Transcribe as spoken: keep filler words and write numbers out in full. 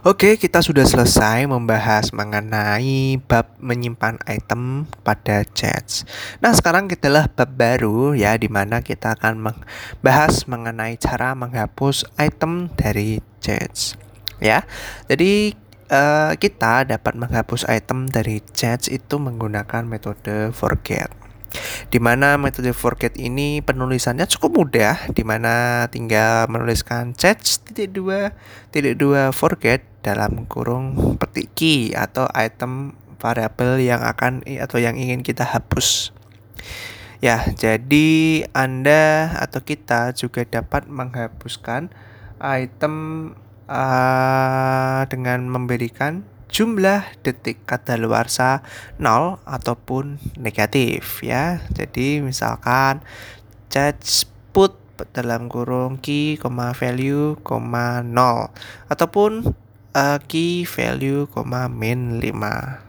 Oke, kita sudah selesai membahas mengenai bab menyimpan item pada chats. Nah, sekarang kitalah bab baru ya, di mana kita akan membahas mengenai cara menghapus item dari chats. Ya, jadi eh, kita dapat menghapus item dari chats itu menggunakan metode forget. Di mana metode forget ini penulisannya cukup mudah, di mana tinggal menuliskan chats titik dua titik dua forget dalam kurung petik key atau item variabel yang akan atau yang ingin kita hapus. Ya, jadi Anda atau kita juga dapat menghapuskan item uh, dengan memberikan jumlah detik kadaluarsa nol ataupun negatif ya. Jadi misalkan chats put dalam kurung key, value, nol ataupun uh, key value, min lima.